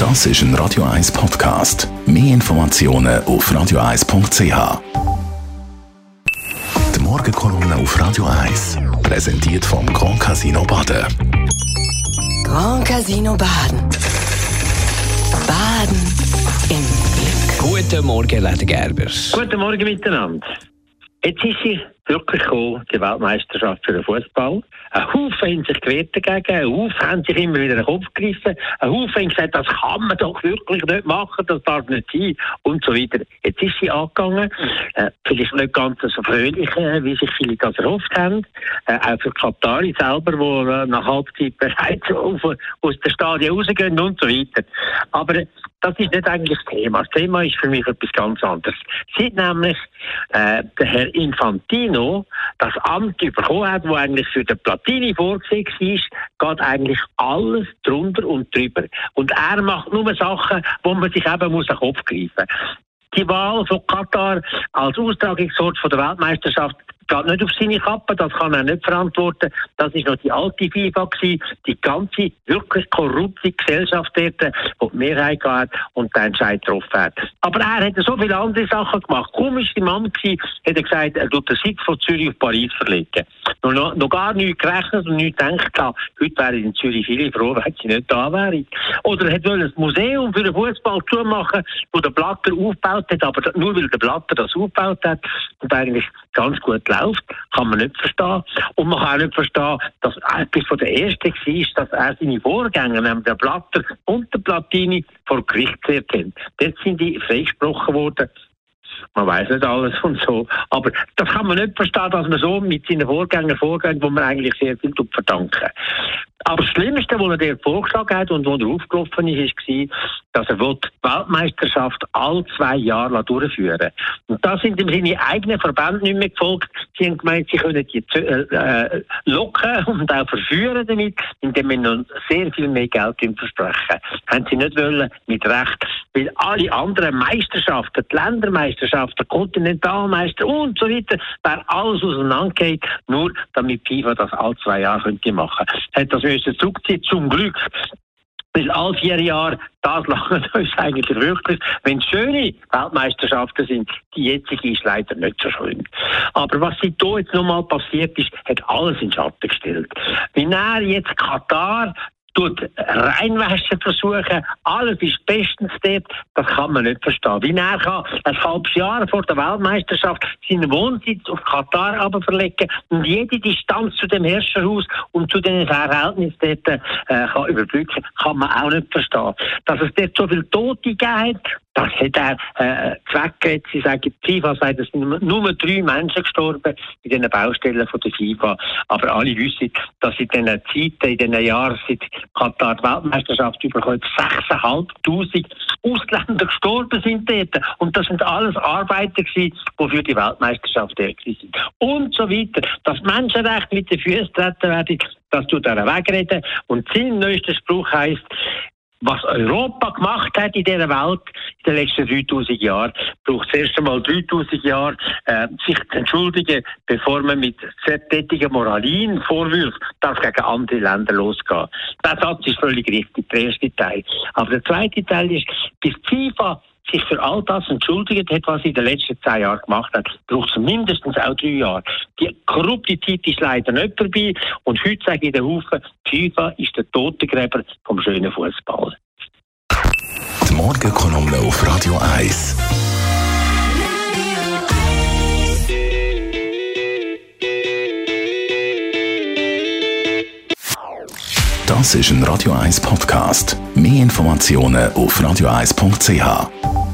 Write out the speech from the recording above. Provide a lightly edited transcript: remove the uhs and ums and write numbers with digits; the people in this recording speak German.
Das ist ein Radio 1 Podcast. Mehr Informationen auf radio1.ch. Die Morgenkolumne auf Radio 1 präsentiert vom Grand Casino Baden. Grand Casino Baden. Baden im Glück. Guten Morgen, Leder Gerber. Guten Morgen miteinander. Jetzt ist sie wirklich gekommen, die Weltmeisterschaft für den Fußball. Ein Haufen haben sich gewehrt dagegen, ein Haufen haben sich immer wieder den Kopf gegriffen, ein Haufen haben gesagt, das kann man doch wirklich nicht machen, das darf nicht sein und so weiter. Jetzt ist sie angegangen, vielleicht nicht ganz so fröhlich, wie sich viele das erhofft haben, auch für Katari selber, die nach Halbzeit bereits aus dem Stadion rausgehen und so weiter. Aber das ist nicht eigentlich das Thema. Das Thema ist für mich etwas ganz anderes. Seit nämlich der Herr Infantino das Amt bekommen hat, das eigentlich für den Platini vorgesehen war, geht eigentlich alles drunter und drüber. Und er macht nur Sachen, wo man sich eben muss an den Kopf greifen muss. Die Wahl von Katar als Austragungsort von der Weltmeisterschaft geht nicht auf seine Kappe, das kann er nicht verantworten. Das ist noch die alte FIFA gewesen, die ganze wirklich korrupte Gesellschaft dort, die Mehrheit hat und den Entscheid getroffen hat. Aber er hat so viele andere Sachen gemacht. Kaum ist der Mann gewesen, hat er gesagt, er tut den Sitz von Zürich auf Paris verlegen. Noch gar nichts gerechnet und nichts gedacht. Heute wäre in Zürich viele froh, wenn sie nicht da wären. Oder er wollte ein Museum für den Fußball zumachen, wo der Blatter aufgebaut hat, aber nur weil der Blatter das aufgebaut hat und eigentlich ganz gut läuft, kann man nicht verstehen. Und man kann auch nicht verstehen, dass etwas von der Ersten war, dass er seine Vorgänger, nämlich der Blatter und der Platini, vor Gericht geführt haben. Dort sind die freigesprochen worden. Man weiß nicht alles und so. Aber das kann man nicht verstehen, dass man so mit seinen Vorgängern vorgeht, wo man eigentlich sehr viel verdanken. Aber das Schlimmste, was er dort vorgeschlagen hat und wo er aufgerufen ist, war, dass er die Weltmeisterschaft alle 2 Jahre durchführen. Und da sind ihm seine eigenen Verbände nicht mehr gefolgt. Sie haben gemeint, sie können die locken und auch verführen damit, indem wir noch sehr viel mehr Geld versprechen. Haben sie nicht wollen, mit Recht. Weil alle anderen Meisterschaften, die Ländermeisterschaften, der Kontinentalmeister und so weiter, wäre alles auseinandergeht, nur damit FIFA das alle 2 Jahre machen könnte. Hat das müssen zurückziehen, zum Glück. Weil alle 4 Jahre, das langt uns eigentlich wirklich. Wenn es schöne Weltmeisterschaften sind, die jetzige ist leider nicht so schön. Aber was hier jetzt nochmal passiert ist, hat alles in Schatten gestellt. Wenn er jetzt Katar reinwaschen versuchen, alles ist bestens dort, das kann man nicht verstehen. Wie er kann ein halbes Jahr vor der Weltmeisterschaft seinen Wohnsitz auf Katar verlegen und jede Distanz zu dem Herrscherhaus und zu den Verhältnissen dort kann überbrücken, kann man auch nicht verstehen. Dass es dort so viele Tote gegeben hat, das hat er zweckgeredet. Sie sagen, die FIFA sagt, es sind nur 3 Menschen gestorben in diesen Baustellen von der FIFA. Aber alle wissen, dass in diesen Zeiten, in diesen Jahren, seit Katar die Weltmeisterschaft bekommen, 6'500 Ausländer gestorben sind dort. Und das sind alles Arbeiter gewesen, die für die Weltmeisterschaft da sind. Und so weiter. Dass Menschenrechte mit den Füßen treten werden, das tut er wegreden. Und sein neuester Spruch heisst, was Europa gemacht hat in dieser Welt in den letzten 3000 Jahren, braucht es erst einmal 3000 Jahre, sich zu entschuldigen, bevor man mit tätigen Moralien Vorwürfen darf gegen andere Länder losgehen. Der Satz ist völlig richtig, der erste Teil. Aber der zweite Teil ist, bis FIFA sich für all das entschuldigt hat, was sie in den letzten 10 Jahren gemacht hat, braucht es mindestens auch 3 Jahre. Die korrupte Zeit ist leider nicht vorbei und heute sage ich den Haufen, FIFA ist der Totengräber vom schönen Fußball. Die Morgenkolumne auf Radio 1. Das ist ein Radio 1 Podcast. Mehr Informationen auf radio1.ch.